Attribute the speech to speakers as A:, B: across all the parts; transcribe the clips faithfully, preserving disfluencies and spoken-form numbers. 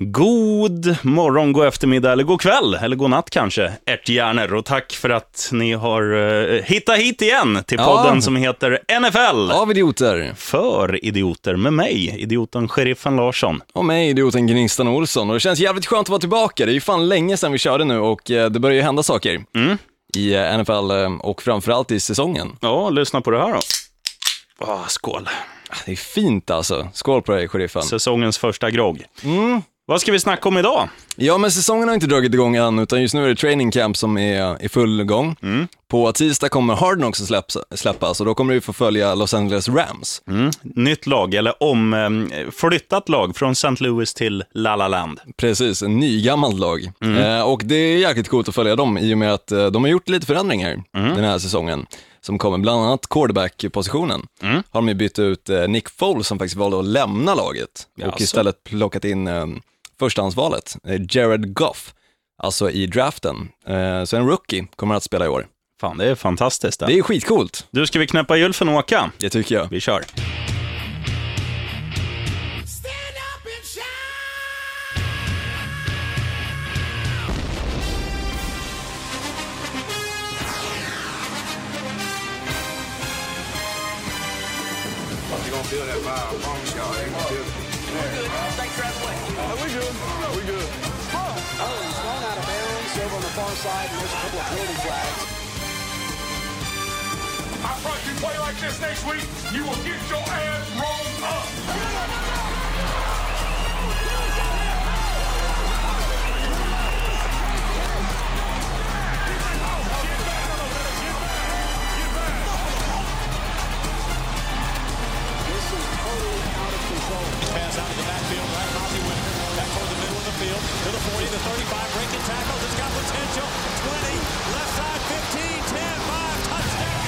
A: God morgon, god eftermiddag eller god kväll eller god natt kanske, ärthjärnor. Och tack för att ni har uh, hittat hit igen till podden ja. som heter N F L.
B: Av idioter.
A: För idioter, med mig, idioten Sheriffen Larsson.
B: Och mig, idioten Gnistan Olsson. Och det känns jävligt skönt att vara tillbaka. Det är ju fan länge sedan vi körde nu och uh, det börjar ju hända saker mm. i uh, N F L uh, och framförallt i säsongen.
A: Ja, lyssna på det här då. Åh, skål.
B: Det är fint alltså. Skål på dig, Sheriffen.
A: Säsongens första grogg.
B: Mm.
A: Vad ska vi snacka om idag?
B: Ja, men säsongen har inte dragit igång än, utan just nu är det training camp som är i full gång. Mm. På tisdag kommer Hard Knocks att släppas, släppas och då kommer vi få följa Los Angeles Rams.
A: Mm. Nytt lag, eller om eh, flyttat lag från Saint Louis till La La Land.
B: Precis, en ny gammalt lag. Mm. Eh, och det är jäkligt coolt att följa dem i och med att eh, de har gjort lite förändringar mm. den här säsongen. Som kommer bland annat quarterback-positionen. Mm. Har de ju bytt ut eh, Nick Foles som faktiskt valde att lämna laget. Ja, och istället plockat in eh, förstahandsvalet, eh, Jared Goff. Alltså i draften. Eh, så en rookie kommer att spela i år.
A: Fan, det är fantastiskt. Det,
B: det är skitcoolt.
A: Du, ska vi knäppa Julfen och åka?
B: Det tycker jag.
A: Vi kör.
C: Feel that vibe amongst y'all. Ain't gonna do it. We're good. Thanks for having me. Oh, we good. We good. Oh, he's thrown out of bounds over on the far side, and there's a couple of penalty flags. I promise you play like this next week, you will get your ass rolled up.
D: Pass out of the backfield, right? Monty Whitaker back toward the middle of the field to the forty, the thirty-five, breaking tackles. It's got potential. twenty, left side, fifteen, ten, five, touchdown.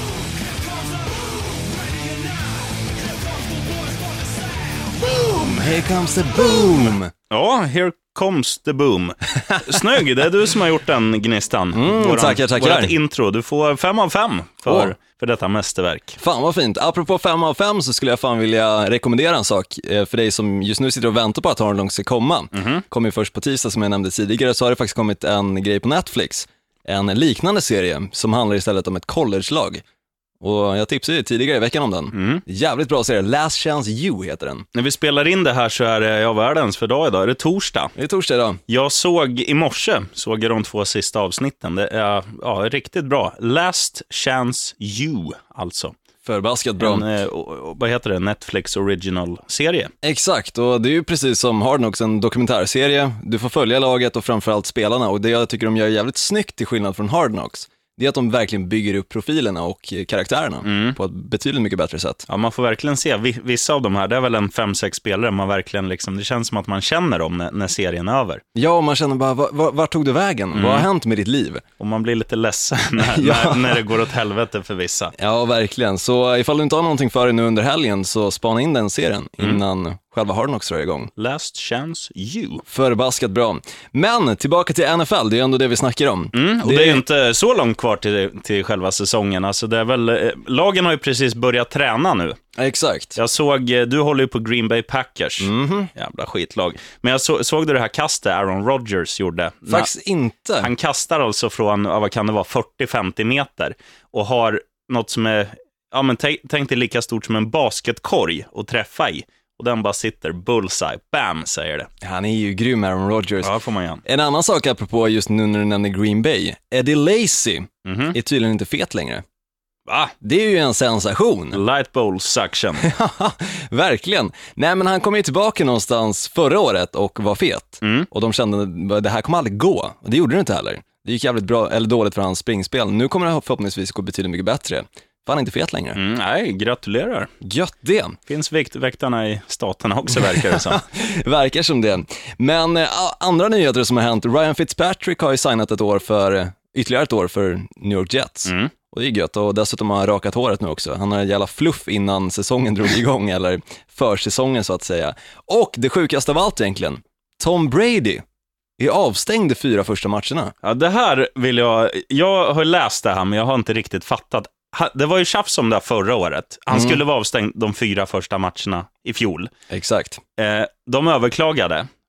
B: Boom! Here comes the boom!
A: Ja, here comes the boom. Snygg, det är du som har gjort den, Gnistan.
B: Mm, Våran, tackar, tackar.
A: Vårat intro, du får fem av fem för, oh. för detta mästerverk.
B: Fan vad fint. Apropå fem av fem så skulle jag fan vilja rekommendera en sak för dig som just nu sitter och väntar på att Hard Knocks ska komma. Mm-hmm. Kommer ju först på tisdag som jag nämnde tidigare, så har det faktiskt kommit en grej på Netflix. En liknande serie som handlar istället om ett college-lag. Och jag tipsade ju tidigare i veckan om den. Mm. Jävligt bra serie. Last Chance You heter den.
A: När vi spelar in det här så är det, ja, världens för dag idag. Är det torsdag?
B: Det är torsdag idag.
A: Jag såg i morse, såg jag de två sista avsnitten. Det är ja, riktigt bra. Last Chance You, alltså.
B: Förbaskat bra.
A: En, eh, vad heter det? Netflix original-serie.
B: Exakt, och det är ju precis som Hard Knocks, en dokumentärserie. Du får följa laget och framförallt spelarna. Och det jag tycker de gör jävligt snyggt till skillnad från Hard Knocks, det är att de verkligen bygger upp profilerna och karaktärerna mm. på ett betydligt mycket bättre sätt.
A: Ja, man får verkligen se. Vissa av de här, det är väl en fem sex spelare man verkligen liksom, det känns som att man känner dem när, när serien är över.
B: Ja, och man känner bara, var, var, var tog du vägen? Mm. Vad har hänt med ditt liv?
A: Och man blir lite ledsen när, ja. när, när det går åt helvete för vissa.
B: Ja, verkligen. Så ifall du inte har någonting för dig nu under helgen, så spana in den serien mm. innan själva Hard Knocks drar igång.
A: Last Chance You.
B: Förbaskat bra. Men tillbaka till N F L, det är ändå det vi snackar om.
A: Mm, och det... det är ju inte så långt kvar till, till själva säsongen. Alltså det är väl, lagen har ju precis börjat träna nu.
B: Exakt.
A: Jag såg, du håller ju på Green Bay Packers. Mm-hmm. Jävla skitlag. Men jag så, såg du det här kastet Aaron Rodgers gjorde?
B: Faktiskt
A: Nå,
B: inte.
A: Han kastar alltså från, vad kan det vara, fyrtio till femtio meter. Och har något som är, ja men t- tänk dig lika stort som en basketkorg att träffa i. Och den bara sitter, bullseye, bam, säger det.
B: Han är ju grym, Aaron Rodgers.
A: Ja, får man igen.
B: En annan sak apropå just nu när du nämner Green Bay. Eddie Lacy mm-hmm. är tydligen inte fet längre.
A: Va?
B: Det är ju en sensation.
A: Light bowl suction.
B: Verkligen. Nej, men han kom ju tillbaka någonstans förra året och var fet. Mm. Och de kände att det här kommer aldrig gå. Och det gjorde det inte heller. Det gick jävligt bra, eller dåligt för hans springspel. Nu kommer det förhoppningsvis gå betydligt mycket bättre. Fan, inte fet längre.
A: Mm, nej, gratulerar.
B: Gött det.
A: Finns viktväktarna i staterna också, verkar det som.
B: Verkar som det. Men äh, andra nyheter som har hänt. Ryan Fitzpatrick har ju signat ett år för, ytterligare ett år för New York Jets. Mm. Och det är gött. Och dessutom har han rakat håret nu också. Han har en jävla fluff innan säsongen drog igång, eller försäsongen så att säga. Och det sjukaste av allt egentligen. Tom Brady är avstängd de fyra första matcherna.
A: Ja, det här vill jag... Jag har läst det här, men jag har inte riktigt fattat. Det var ju tjafs om det förra året. Han mm. skulle vara avstängd de fyra första matcherna i fjol.
B: Exakt.
A: Eh, de överklagade.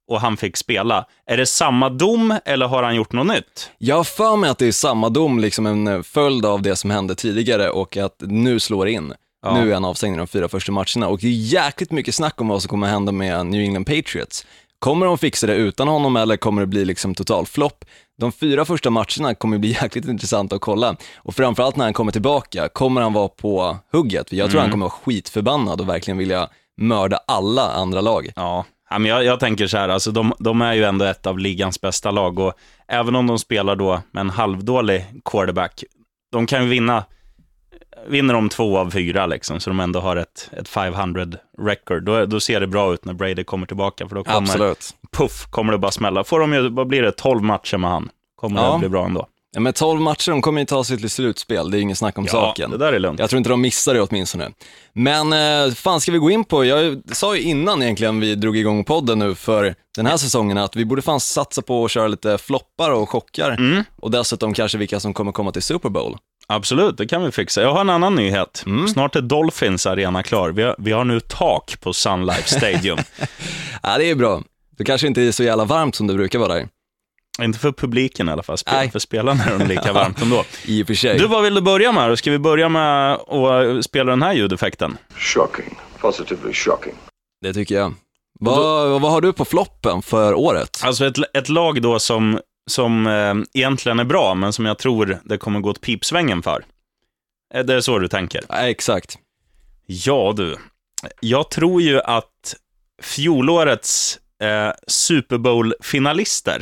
A: och han fick spela. Är det samma dom eller har han gjort något nytt?
B: Jag har för mig att det är samma dom, liksom en följd av det som hände tidigare och att nu slår in. Ja. Nu är han avstängd i de fyra första matcherna och det är jäkligt mycket snack om vad som kommer hända med New England Patriots. Kommer de fixa det utan honom eller kommer det bli liksom total flopp? De fyra första matcherna kommer bli jäkligt intressant att kolla. Och framförallt när han kommer tillbaka, kommer han vara på hugget? För jag tror mm. han kommer vara skitförbannad och verkligen vilja mörda alla andra lag.
A: Ja, men jag, jag tänker så här, alltså de, de är ju ändå ett av ligans bästa lag. Och även om de spelar då med en halvdålig quarterback, de kan ju vinna, vinner de två av fyra liksom, så de ändå har ett, ett femhundra record. Då, då ser det bra ut när Brady kommer tillbaka, för då kommer,
B: Absolut.
A: puff, kommer det bara smälla. Får de ju, vad blir det, tolv matcher med han? Kommer ja. det bli bra ändå.
B: Ja, men tolv matcher, de kommer ju ta sig till slutspel, det är ingen snack om
A: ja,
B: saken.
A: Det där är lugnt.
B: Jag tror inte de missar det åtminstone. Men eh, fan ska vi gå in på, jag sa ju innan egentligen vi drog igång podden nu för den här säsongen att vi borde fan satsa på att köra lite floppar och chockar mm. och dessutom kanske vilka som kommer komma till Super Bowl.
A: Absolut, det kan vi fixa. Jag har en annan nyhet. Mm. Snart är Dolphins arena klar. Vi har, vi har nu tak på Sun Life Stadium.
B: Ja, det är bra. Det kanske inte är så jävla varmt som det brukar vara där.
A: Inte för publiken i alla fall. Spel, för spelarna är de lika varmt ändå.
B: I och för sig.
A: Du, vad vill du börja med? Ska vi börja med att spela den här ljudeffekten?
E: Shocking. Positively shocking.
B: Det tycker jag. Vad, vad har du på floppen för året?
A: Alltså ett, ett lag då som... som eh, egentligen är bra, men som jag tror det kommer gå åt pipsvängen för. Är det så du tänker?
B: Ja, exakt.
A: Ja, du. Jag tror ju att fjolårets eh, Super Bowl-finalister,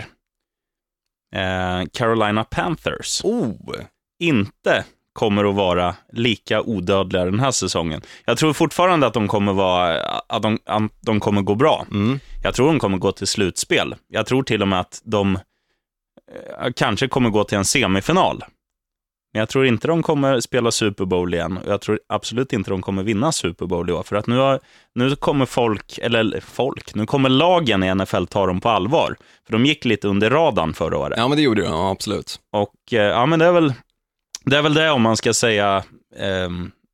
A: eh, Carolina Panthers,
B: oh.
A: inte kommer att vara lika odödliga den här säsongen. Jag tror fortfarande att de kommer vara att de, att de kommer gå bra. Mm. Jag tror de kommer gå till slutspel. Jag tror till och med att de kanske kommer gå till en semifinal. Men jag tror inte de kommer spela Super Bowl igen. Och jag tror absolut inte de kommer vinna Super Bowl i år. För att nu, har, nu kommer folk, eller folk, nu kommer lagen i N F L ta dem på allvar. För de gick lite under radarn förra året.
B: Ja, men det gjorde de, ja, absolut.
A: Och ja, men det är väl det är väl det om man ska säga eh,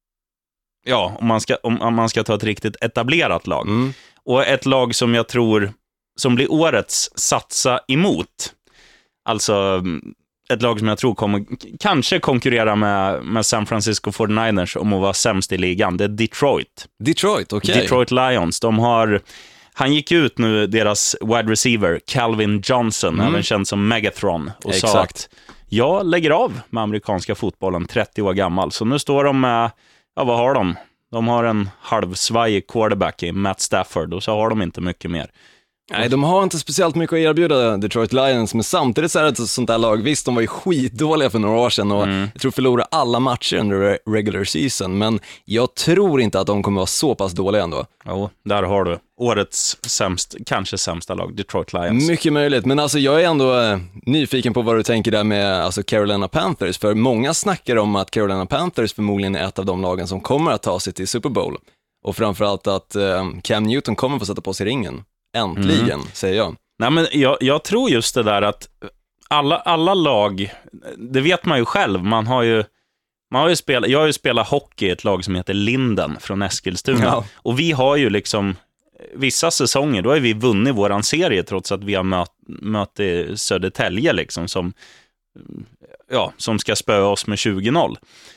A: ja, om man ska, om, om man ska ta ett riktigt etablerat lag. Mm. Och ett lag som jag tror som blir årets satsa emot. Alltså ett lag som jag tror kommer kanske konkurrera med, med San Francisco forty-niners om att vara sämst i ligan. Det är Detroit.
B: Detroit, okej. Okay.
A: Detroit Lions. De har, han gick ut nu, deras wide receiver, Calvin Johnson, mm. även känd som Megatron, och Exakt. sa att jag lägger av med amerikanska fotbollen, trettio år gammal. Så nu står de med, ja vad har de? De har en halvsvajig quarterback i Matt Stafford och så har de inte mycket mer.
B: Nej, de har inte speciellt mycket att erbjuda Detroit Lions, men samtidigt så är det ett sånt där lag. Visst, de var ju skitdåliga för några år sedan och mm. jag tror förlorade alla matcher under regular season, men jag tror inte att de kommer vara så pass dåliga ändå.
A: Jo, där har du årets sämst, kanske sämsta lag, Detroit Lions.
B: Mycket möjligt, men alltså jag är ändå eh, nyfiken på vad du tänker där med alltså Carolina Panthers, för många snackar om att Carolina Panthers förmodligen är ett av de lagen som kommer att ta sig till Super Bowl, och framförallt att eh, Cam Newton kommer få sätta på sig ringen. Äntligen, mm. säger jag.
A: Nej, men jag, jag tror just det där att alla, alla lag, det vet man ju själv, man har ju, man har ju spelat, jag har ju spelat hockey i ett lag som heter Linden från Eskilstuna. Ja. Och vi har ju liksom, vissa säsonger, då har vi vunnit våran serie trots att vi har mött, mött Södertälje liksom, som, ja, som ska spöa oss med tjugo noll.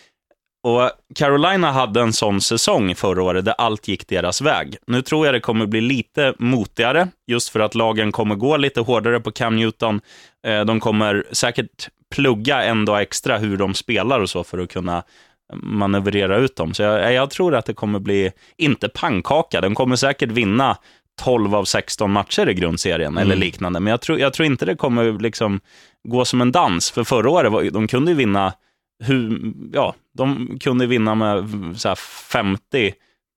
A: Och Carolina hade en sån säsong förra året där allt gick deras väg. Nu tror jag det kommer bli lite motigare, just för att lagen kommer gå lite hårdare på Cam Newton. De kommer säkert plugga en dag extra hur de spelar och så för att kunna manövrera ut dem. Så jag, jag tror att det kommer bli, inte pannkaka, de kommer säkert vinna tolv av sexton matcher i grundserien mm. eller liknande. Men jag tror, jag tror inte det kommer liksom gå som en dans. För förra året, de kunde ju vinna hur, ja, de kunde vinna med så här femtio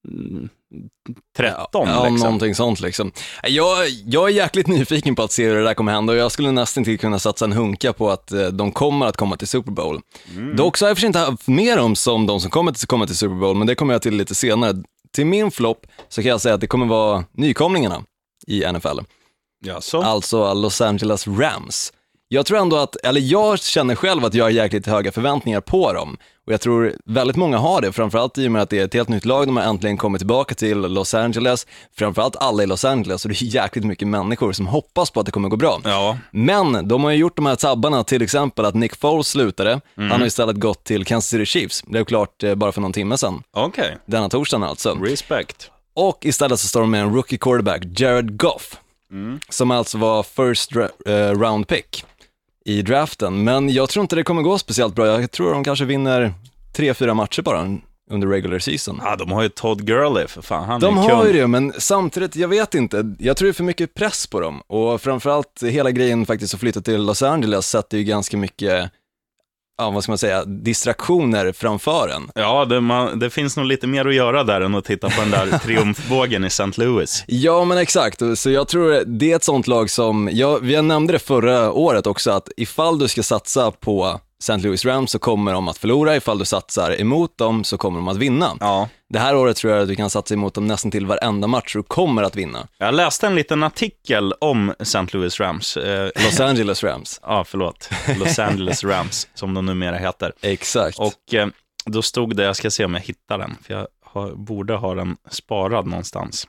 A: tretton
B: ja, ja,
A: liksom.
B: Någonting sånt liksom. Jag, jag är jäkligt nyfiken på att se hur det där kommer hända, och jag skulle nästan inte kunna satsa en hunka på att de kommer att komma till Super Bowl. Mm. Dock så har jag för sig inte haft mer om som de som kommer till, kommer till Super Bowl, men det kommer jag till lite senare. Till min flopp så kan jag säga att det kommer vara nykomlingarna i N F L.
A: Ja, så.
B: Alltså Los Angeles Rams. jag tror ändå att, eller jag känner själv att jag har jäkligt höga förväntningar på dem. Och jag tror väldigt många har det, framförallt i och med att det är ett helt nytt lag. De har äntligen kommit tillbaka till Los Angeles, framförallt alla i Los Angeles, och det är jäkligt mycket människor som hoppas på att det kommer gå bra.
A: Ja.
B: Men de har ju gjort de här tabbarna, till exempel att Nick Foles slutade. Mm. Han har istället gått till Kansas City Chiefs. Det är klart bara för någon timme sedan.
A: Okej. Okay.
B: Denna torsdagen alltså.
A: Respect.
B: Och istället så står de med en rookie quarterback, Jared Goff, mm. som alltså var first ra- uh, round pick i draften. Men jag tror inte det kommer gå speciellt bra. Jag tror de kanske vinner tre, fyra matcher bara under regular season.
A: Ja, de har ju Todd Gurley för fan. Han
B: de
A: är
B: har
A: kung.
B: ju det, men samtidigt, jag vet inte. Jag tror det är för mycket press på dem. Och framförallt hela grejen faktiskt att flytta till Los Angeles sätter ju ganska mycket, ja, vad ska man säga, distraktioner framför en.
A: Ja, det, man, det finns nog lite mer att göra där än att titta på den där triumfbågen i Saint Louis.
B: Ja, men exakt. Så jag tror det är ett sånt lag som, ja, vi nämnde det förra året också, att ifall du ska satsa på Saint Louis Rams så kommer de att förlora, ifall du satsar emot dem så kommer de att vinna.
A: Ja.
B: Det här året tror jag att du kan satsa emot dem nästan till varenda match och kommer att vinna.
A: Jag läste en liten artikel om Saint Louis Rams.
B: Los Angeles Rams.
A: Ja, förlåt. Los Angeles Rams, som de numera heter.
B: Exakt.
A: Och eh, då stod det, jag ska se om jag hittar den, för jag har, borde ha den sparad någonstans.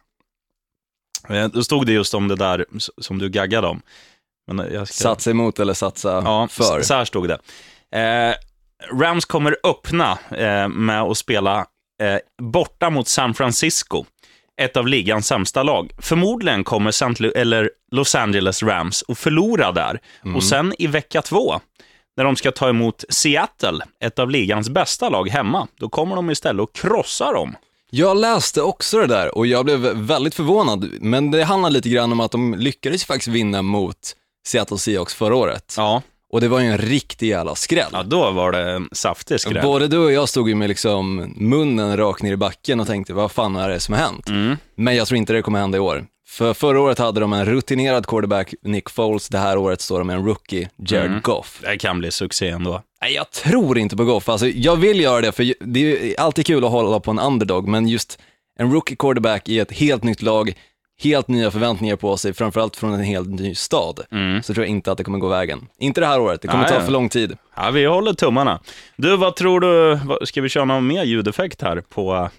A: Eh, då stod det just om det där som du gaggade om. Men jag ska...
B: Satsa emot eller satsa
A: ja,
B: för.
A: Så här stod det. Eh, Rams kommer öppna eh, med att spela eh, borta mot San Francisco, ett av ligans sämsta lag. Förmodligen kommer Saint Louis, eller Los Angeles Rams att förlora där. Mm. Och sen i vecka två, när de ska ta emot Seattle, ett av ligans bästa lag hemma, då kommer de istället att krossa dem.
B: Jag läste också det där och jag blev väldigt förvånad. Men det handlar lite grann om att de lyckades faktiskt vinna mot Seattle Seahawks förra året.
A: Ja.
B: Och det var ju en riktig jävla skräll.
A: Ja, då var det en saftig skräll.
B: Både du och jag stod ju med liksom munnen rakt ner i backen och tänkte, vad fan är det som har hänt? Mm. Men jag tror inte det kommer hända i år. För förra året hade de en rutinerad quarterback, Nick Foles. Det här året står de med en rookie, Jared mm. Goff.
A: Det kan bli succé ändå.
B: Nej, jag tror inte på Goff. Alltså, jag vill göra det, för det är alltid kul att hålla på en underdog. Men just en rookie quarterback i ett helt nytt lag, helt nya förväntningar på sig, framförallt från en helt ny stad, mm. så tror jag inte att det kommer gå vägen. Inte det här året, det kommer ja, ta ja. för lång tid.
A: Ja, vi håller tummarna. Du, vad tror du, ska vi köra någon mer ljudeffekt här på,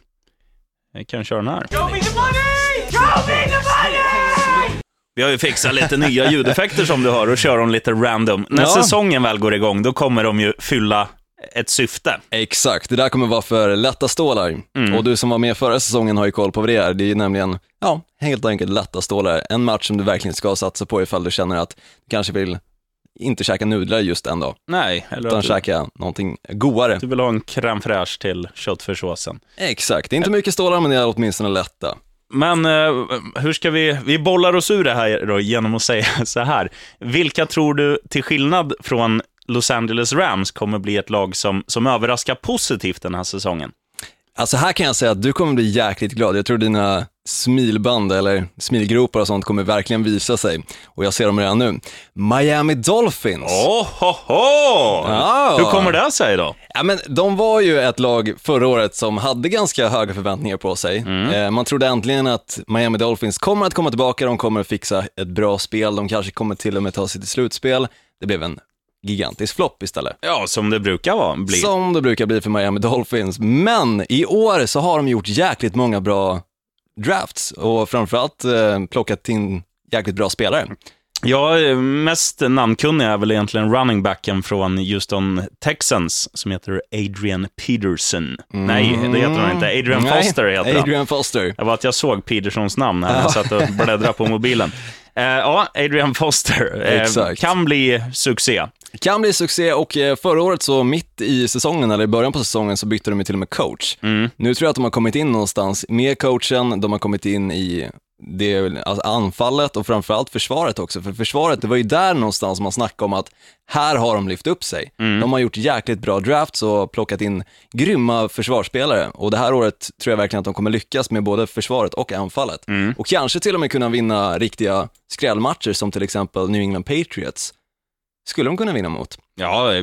A: jag kan köra den här. Show me the money! Show me the money! Vi har ju fixat lite nya ljudeffekter som du hör och kör dem lite random. När ja. säsongen väl går igång, då kommer de ju fylla ett syfte.
B: Exakt, det där kommer vara för lätta stålar. Mm. Och du som var med förra säsongen har ju koll på vad det är. Det är ju nämligen, ja, helt enkelt lätta stålar. En match som du verkligen ska satsa på ifall du känner att du kanske vill inte käka nudlar just en dag.
A: Nej, eller
B: utan
A: att du,
B: käka någonting godare.
A: Du vill ha en crème fraîche till köttfärssåsen.
B: Exakt, det är inte mycket stålar, men det är åtminstone lätta.
A: Men eh, hur ska vi, vi bollar oss ur det här då genom att säga så här. Vilka tror du, till skillnad från Los Angeles Rams, kommer bli ett lag som, som överraskar positivt den här säsongen?
B: Alltså här kan jag säga att du kommer bli jäkligt glad. Jag tror dina smilband eller smilgropar och sånt kommer verkligen visa sig. Och jag ser dem redan nu. Miami Dolphins.
A: Åh, oh, ho, ho.
B: Ja.
A: Hur kommer det sig då?
B: Ja, men de var ju ett lag förra året som hade ganska höga förväntningar på sig. Mm. Eh, man trodde äntligen att Miami Dolphins kommer att komma tillbaka. De kommer att fixa ett bra spel. De kanske kommer till och med ta sig till slutspel. Det blev en gigantisk flopp istället.
A: Ja, som det brukar vara, bli.
B: Som det brukar bli för Miami Dolphins. Men i år så har de gjort jäkligt många bra drafts och framförallt eh, plockat in jäkligt bra spelare.
A: Ja, mest namnkunnig är väl egentligen running backen från Houston Texans som heter Adrian Peterson. Mm. Nej, det heter han inte. Adrian
B: Nej,
A: Foster heter han.
B: Adrian Foster.
A: Det var att jag såg Petersons namn när jag satt och bläddrade på mobilen. Eh, ja, Adrian Foster eh, kan bli succé.
B: Kan bli succé och eh, förra året så mitt i säsongen eller i början på säsongen så bytte de ju till och med coach. Mm. Nu tror jag att de har kommit in någonstans med coachen, de har kommit in i det, alltså anfallet och framförallt försvaret också. För försvaret, det var ju där någonstans man snackade om att här har de lyft upp sig. Mm. De har gjort jäkligt bra drafts och plockat in grymma försvarsspelare. Och det här året tror jag verkligen att de kommer lyckas med både försvaret och anfallet. Mm. Och kanske till och med kunna vinna riktiga skrällmatcher som till exempel New England Patriots. Skulle de kunna vinna mot?
A: Ja,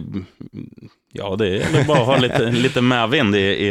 A: ja det är bara att ha lite, lite medvind i, i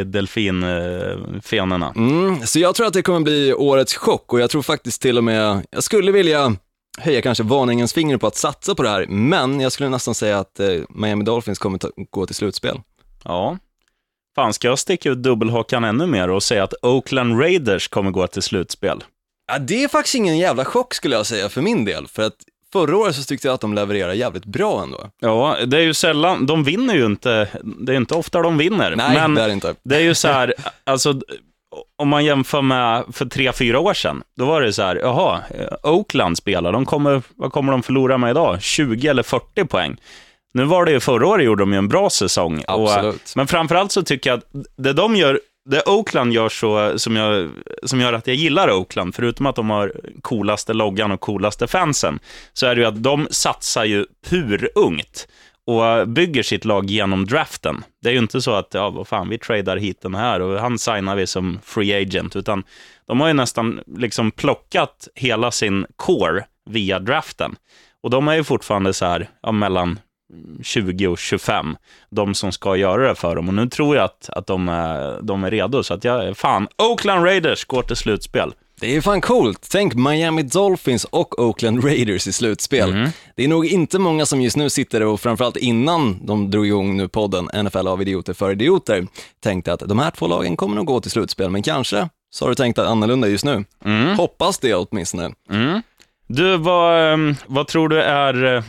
A: delfinfenorna.
B: Mm, så jag tror att det kommer bli årets chock och jag tror faktiskt till och med, jag skulle vilja höja kanske varningens finger på att satsa på det här, men jag skulle nästan säga att eh, Miami Dolphins kommer ta- gå till slutspel.
A: Ja. Fan, ska jag sticka ut dubbelhakan ännu mer och säga att Oakland Raiders kommer gå till slutspel?
B: Ja, det är faktiskt ingen jävla chock skulle jag säga för min del, för att förra året så tyckte jag att de levererar jävligt bra ändå.
A: Ja, det är ju sällan, de vinner ju inte, det är inte ofta de vinner.
B: Nej,
A: men
B: det är inte.
A: Det är ju så här, alltså om man jämför med för tre, fyra år sedan, då var det så här, jaha, Oakland spelar, de kommer, vad kommer de förlora med idag? tjugo eller fyrtio poäng. Nu var det ju förra året gjorde de ju en bra säsong.
B: Absolut.
A: Och, men framförallt så tycker jag att det de gör, det Oakland gör så, som, jag, som gör att jag gillar Oakland, förutom att de har coolaste loggan och coolaste fansen, så är det ju att de satsar ju purungt och bygger sitt lag genom draften. Det är ju inte så att, ja vad fan, vi tradar hit den här och han signar vi som free agent, utan de har ju nästan liksom plockat hela sin core via draften. Och de är ju fortfarande så här, ja, mellan tjugo och tjugofem, de som ska göra det för dem. Och nu tror jag att, att de, är, de är redo. Så att jag, fan, Oakland Raiders går till slutspel.
B: Det är fan coolt. Tänk Miami Dolphins och Oakland Raiders i slutspel. Mm. Det är nog inte många som just nu sitter och framförallt innan de drog igång nu podden N F L av idioter för idioter tänkte att de här två lagen kommer nog gå till slutspel. Men kanske så har du tänkt att annorlunda just nu. Mm. Hoppas det åtminstone.
A: Mm. Du, vad, vad tror du är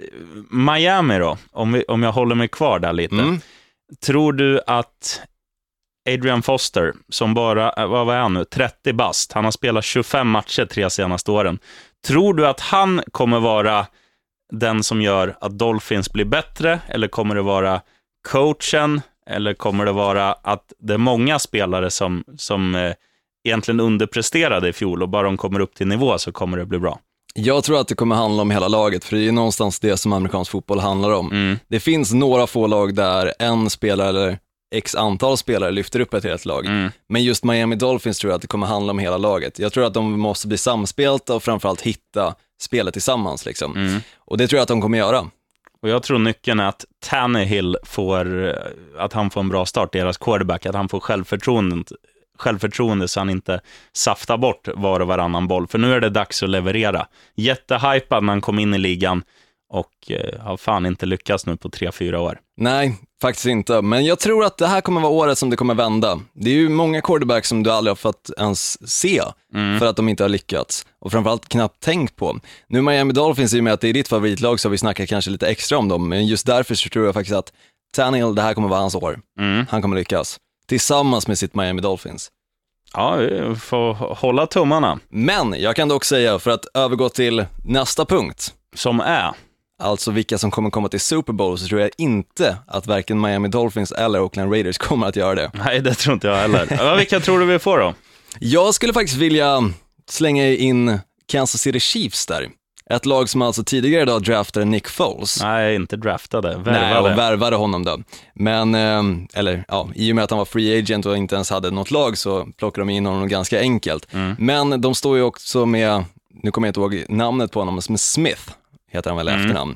A: Miami då? Om, vi, om jag håller mig kvar där lite. Mm. Tror du att Adrian Foster, som bara, vad var han nu, trettio bast, han har spelat tjugofem matcher tre senaste åren. Tror du att han kommer vara den som gör att Dolphins blir bättre? Eller kommer det vara coachen? Eller kommer det vara att det är många spelare som, som eh, egentligen underpresterade i fjol och bara de kommer upp till nivå så kommer det bli bra?
B: Jag tror att det kommer handla om hela laget, för det är någonstans det som amerikansk fotboll handlar om. Mm. Det finns några få lag där en spelare eller x antal spelare lyfter upp ett helt lag. Mm. Men just Miami Dolphins tror jag att det kommer handla om hela laget. Jag tror att de måste bli samspelta och framförallt hitta spelet tillsammans. Liksom. Mm. Och det tror jag att de kommer göra.
A: Och jag tror nyckeln är att Tannehill får, att han får en bra start, deras quarterback, att han får självförtroende, självförtroende så han inte saftar bort var och varannan boll. För nu är det dags att leverera. Jättehypad när han kom in i ligan och eh, har fan inte lyckats nu på tre, fyra år.
B: Nej, faktiskt inte. Men jag tror att det här kommer vara året som det kommer vända. Det är ju många quarterbacks som du aldrig har fått ens se mm. för att de inte har lyckats. Och framförallt knappt tänkt på. Nu Miami Dolphins är ju med att det är ditt favoritlag så vi snackar kanske lite extra om dem. Men just därför så tror jag faktiskt att Tannehill, det här kommer vara hans år. Mm. Han kommer lyckas. Tillsammans med sitt Miami Dolphins.
A: Ja, vi får hålla tummarna.
B: Men jag kan dock säga, för att övergå till nästa punkt.
A: Som är?
B: Alltså vilka som kommer komma till Super Bowl, så tror jag inte att varken Miami Dolphins eller Oakland Raiders kommer att göra det.
A: Nej, det tror inte jag heller. Ja, vilka tror du vi får då?
B: Jag skulle faktiskt vilja slänga in Kansas City Chiefs där. Ett lag som alltså tidigare idag draftade Nick Foles.
A: Nej, inte draftade, värvade.
B: Nej, och värvade honom då. Men, eller ja, i och med att han var free agent och inte ens hade något lag så plockade de in honom ganska enkelt. Mm. Men de står ju också med, nu kommer jag inte ihåg namnet på honom, men Smith heter han väl mm. efternamn.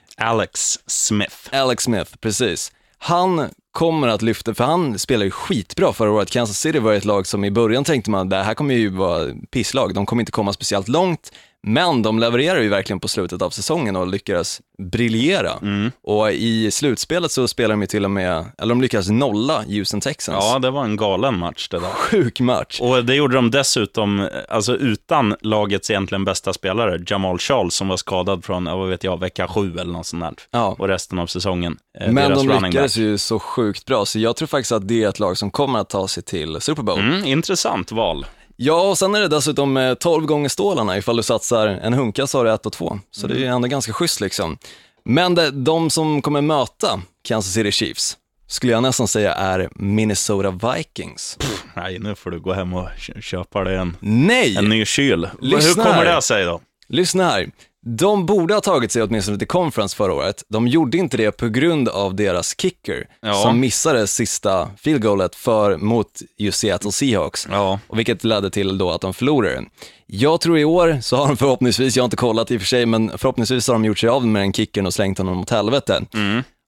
A: Alex Smith.
B: Alex Smith, precis. Han kommer att lyfta, för han spelar ju skitbra förra året. Kansas City var ett lag som i början tänkte man, det här kommer ju vara pisslag. De kommer inte komma speciellt långt, men de levererar ju verkligen på slutet av säsongen och lyckas briljera. Mm. Och i slutspelet så spelar de ju till och med, eller de lyckas nolla Houston Texans.
A: Ja, det var en galen match det där.
B: Sjuk match.
A: Och det gjorde de dessutom, alltså utan lagets egentligen bästa spelare, Jamal Charles, som var skadad från, vad vet jag, vecka sju eller något sånt där. Ja. Och resten av säsongen.
B: Men de lyckades ju så sjukt bra, så jag tror faktiskt att det är ett lag som kommer att ta sig till Super Bowl.
A: Mm, intressant val.
B: Ja, och sen är det dessutom tolv gånger stålarna ifall du satsar en hunka så har du ett och två. Så mm. det är ändå ganska schysst liksom. Men det, de som kommer möta Kansas City Chiefs skulle jag nästan säga är Minnesota Vikings.
A: Pff, nej, nu får du gå hem och köpa dig en,
B: nej.
A: en ny kyl.
B: Lyssna
A: Hur kommer
B: här.
A: det sig då?
B: Lyssna här. De borde ha tagit sig åtminstone till conference förra året. De gjorde inte det på grund av deras kicker ja. som missade sista field goalet för, mot just Seattle Seahawks. Ja. Och vilket ledde till då att de förlorade. Jag tror i år så har de förhoppningsvis, jag har inte kollat i och för sig, men förhoppningsvis har de gjort sig av med den kickern och slängt honom mot helvete. Mm.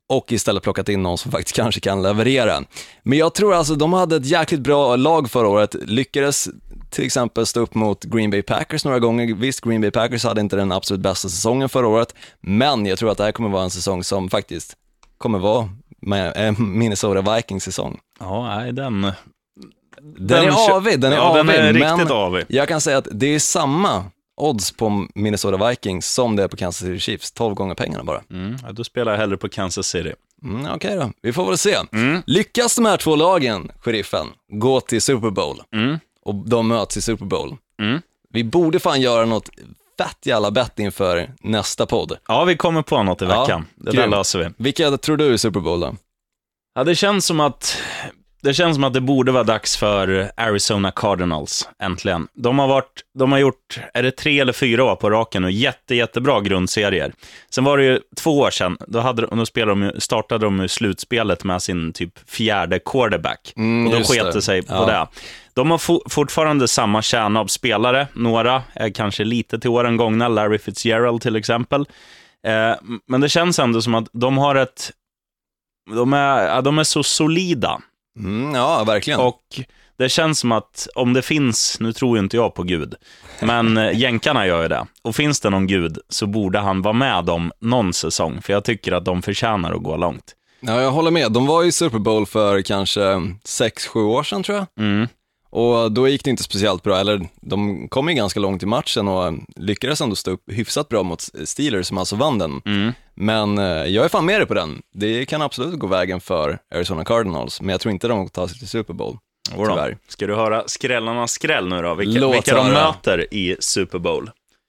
B: och istället plockat in någon som faktiskt kanske kan leverera. Men jag tror alltså de hade ett jäkligt bra lag förra året, lyckades till exempel stå upp mot Green Bay Packers några gånger. Visst, Green Bay Packers hade inte den absolut bästa säsongen förra året, men jag tror att det här kommer vara en säsong som faktiskt kommer vara med Minnesota Vikings säsong.
A: Ja, nej, den...
B: Den,
A: den
B: är avig, den är
A: ja,
B: avig,
A: den är
B: men
A: riktigt avig.
B: Jag kan säga att det är samma odds på Minnesota Vikings som det är på Kansas City Chiefs, tolv gånger pengarna bara.
A: Mm, ja, då spelar jag hellre på Kansas City.
B: Mm, Okej okay då, vi får väl se.
A: Mm.
B: Lyckas de här två lagen, sheriffen, gå till Super Bowl
A: Mm.
B: och de möts i Super Bowl.
A: Mm.
B: Vi borde fan göra något fett jävla bett inför nästa podd.
A: Ja, vi kommer på något i veckan.
B: Ja,
A: det där
B: grym.
A: löser vi.
B: Vilka tror du i Super Bowl då?
A: Ja, det känns som att det känns som att det borde vara dags för Arizona Cardinals, äntligen. De har varit, de har gjort, är det tre eller fyra år på raken nu, jätte, jättebra grundserier. Sen var det ju två år sedan, då, hade, då spelade de, startade de slutspelet med sin typ fjärde quarterback.
B: Mm,
A: och då
B: just
A: sket
B: det.
A: det sig på
B: Ja.
A: det. De har fo- fortfarande samma kärna av spelare, några är kanske lite till åren gångna, Larry Fitzgerald till exempel. Eh, men det känns ändå som att de har ett, de är, ja, de är så solida.
B: Mm, ja, verkligen.
A: Och det känns som att om det finns, nu tror ju inte jag på Gud, men eh, jänkarna gör ju det. Och finns det någon Gud så borde han vara med dem någon säsong. För jag tycker att de förtjänar att gå långt.
B: Ja, jag håller med. De var i Super Bowl för kanske sex sju år sedan tror jag.
A: Mm.
B: Och då gick det inte speciellt bra, eller de kom ju ganska långt i matchen och lyckades ändå stå upp hyfsat bra mot Steelers som alltså vann den.
A: Mm.
B: Men eh, jag är fan med dig på den. Det kan absolut gå vägen för Arizona Cardinals, men jag tror inte de tar sig till Super Bowl. Tyvärr.
A: Ska du höra skrällarnas skräll nu då? Vilka,
B: Låt
A: vilka de
B: höra.
A: möter i Super Bowl?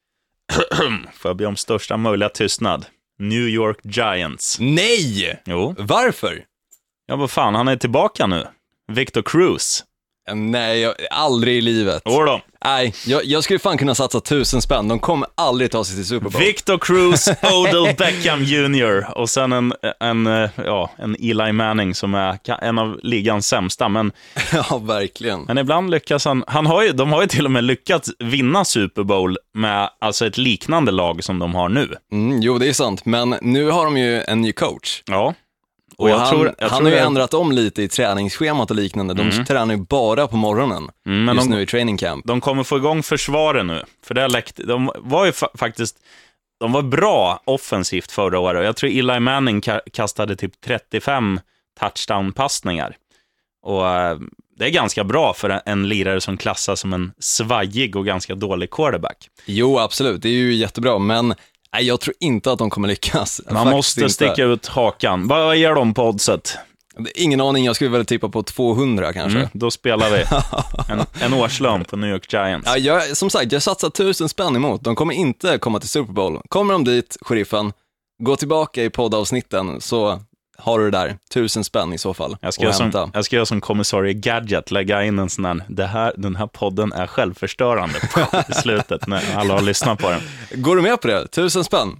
A: Får jag be om största möjliga tystnad? New York Giants.
B: Nej!
A: Jo.
B: Varför?
A: Ja, vad fan, han är tillbaka nu. Victor Cruz.
B: Nej, jag, aldrig i livet.
A: Åh då.
B: Nej, jag, jag skulle fan kunna satsa tusen spänn. De kommer aldrig ta sig till Super Bowl.
A: Victor Cruz, Odell Beckham junior och sen en, en, eh, ja, en Eli Manning som är ka- en av ligans sämsta, men,
B: Ja, verkligen.
A: men ibland lyckas han, han har ju, de har ju till och med lyckats vinna Super Bowl med alltså ett liknande lag som de har nu.
B: Mm, jo, det är sant. Men nu har de ju en ny coach.
A: Ja.
B: Och,
A: Och jag
B: han,
A: tror, jag
B: han
A: tror
B: har ju
A: jag,
B: ändrat om lite i träningsschemat och liknande. De
A: Mm.
B: tränar ju bara på morgonen
A: Mm, men
B: just
A: de-
B: nu i training camp.
A: de kommer få igång försvaret nu, för det har läckt, de var ju fa- faktiskt, de var bra offensivt förra året. Jag tror Eli Manning ka- kastade typ trettiofem touchdown-passningar. Och eh, det är ganska bra för en, en lirare som klassas som en svajig och ganska dålig quarterback.
B: Jo, absolut. Det är ju jättebra, men nej, jag tror inte att de kommer lyckas.
A: Man
B: Faktiskt
A: måste
B: inte.
A: sticka ut hakan. Vad ger de på oddset?
B: Ingen aning, jag skulle väl tippa på tvåhundra kanske.
A: Mm, då spelar vi en, en årslön på New York Giants.
B: Ja, jag, som sagt, jag satsar tusen spänn emot. De kommer inte komma till Super Bowl. Kommer de dit, sheriffen, gå tillbaka i poddavsnitten så har du det där. Tusen spänn i så fall.
A: Jag ska,
B: och
A: göra som,
B: hämta.
A: jag ska göra som kommissarie Gadget, lägga in en sån här, det här, den här podden är självförstörande i slutet när alla har lyssnat på den.
B: Går du med på det? Tusen spänn?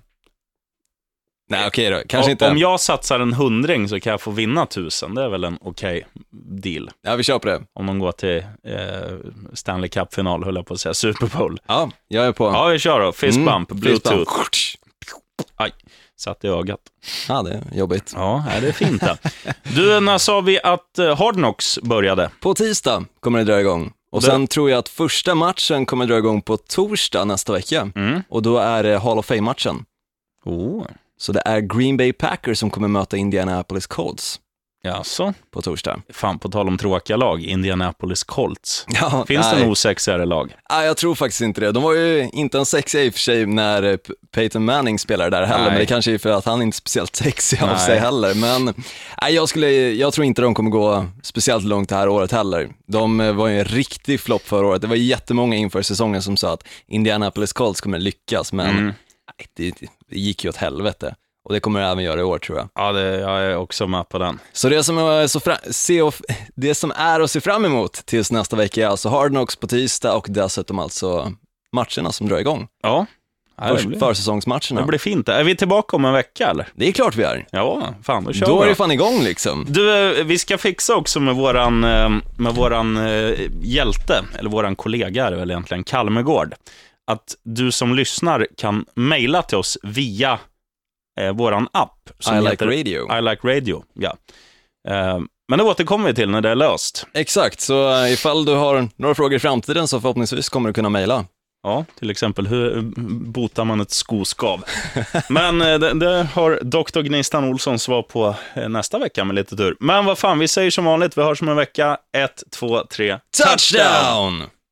B: Nej, okej då. Kanske
A: Och,
B: inte.
A: om jag satsar en hundring så kan jag få vinna tusen. Det är väl en okej deal.
B: Ja, vi kör på det.
A: Om de går till eh, Stanley Cup-final, höll jag på att säga, Super Bowl.
B: Ja, jag är på.
A: Ja, vi kör då. Fist
B: Mm,
A: bump, bluetooth.
B: fist bump.
A: Aj, satt i ögat.
B: Ja, det är jobbigt.
A: Ja, nej, det är fint det. Du, när sa vi att eh, Hard Knocks började?
B: På tisdag kommer det dra igång. Och
A: Det-
B: sen tror jag att första matchen kommer dra igång på torsdag nästa vecka.
A: Mm.
B: Och då är det Hall of Fame-matchen.
A: Oh,
B: Så det är Green Bay Packers som kommer möta Indianapolis Colts
A: jaså?
B: på torsdag.
A: Fan, på tal om tråkiga lag, Indianapolis Colts.
B: Ja,
A: Finns
B: nej.
A: det en osexigare lag?
B: Nej, jag tror faktiskt inte det. De var ju inte en sexiga i och för sig när eh, P- Peyton Manning spelade där heller,
A: Nej.
B: men det kanske är för att han inte är speciellt sexig av
A: Nej.
B: sig heller. Men nej, jag, skulle, jag tror inte de kommer gå speciellt långt det här året heller. De eh, var ju en riktig flopp förra året. Det var jättemånga inför säsongen som sa att Indianapolis Colts kommer lyckas, men
A: Mm.
B: nej, det, det gick ju åt helvete. Och det kommer det även göra i år, tror jag.
A: Ja, det, jag är också med på den.
B: Så det som är, så fra- se och, det som är att se fram emot tills nästa vecka är alltså Hard Knocks på tisdag och dessutom alltså matcherna som drar igång.
A: Ja, ja det,
B: För,
A: blir,
B: försäsongsmatcherna.
A: det blir fint. Är vi tillbaka om en vecka, eller?
B: Det är klart vi är.
A: Ja, fan, då kör
B: Då
A: vi
B: är
A: då.
B: det fan igång liksom.
A: Du, eh, vi ska fixa också med våran, eh, med våran eh, hjälte, eller våran kollega är det väl egentligen, Kalmegård, att du som lyssnar kan mejla till oss via eh, våran app. Som
B: I like
A: heter
B: radio.
A: I like radio, ja. Eh, men det återkommer vi till när det är löst.
B: Exakt, så uh, ifall du har några frågor i framtiden så förhoppningsvis kommer du kunna mejla.
A: Ja, till exempel hur botar man ett skoskav? Men eh, det, det har doktor Gnistan Olsson svar på eh, nästa vecka med lite tur. Men vad fan, vi säger som vanligt, vi har som en vecka. Ett, två, tre.
B: Touchdown!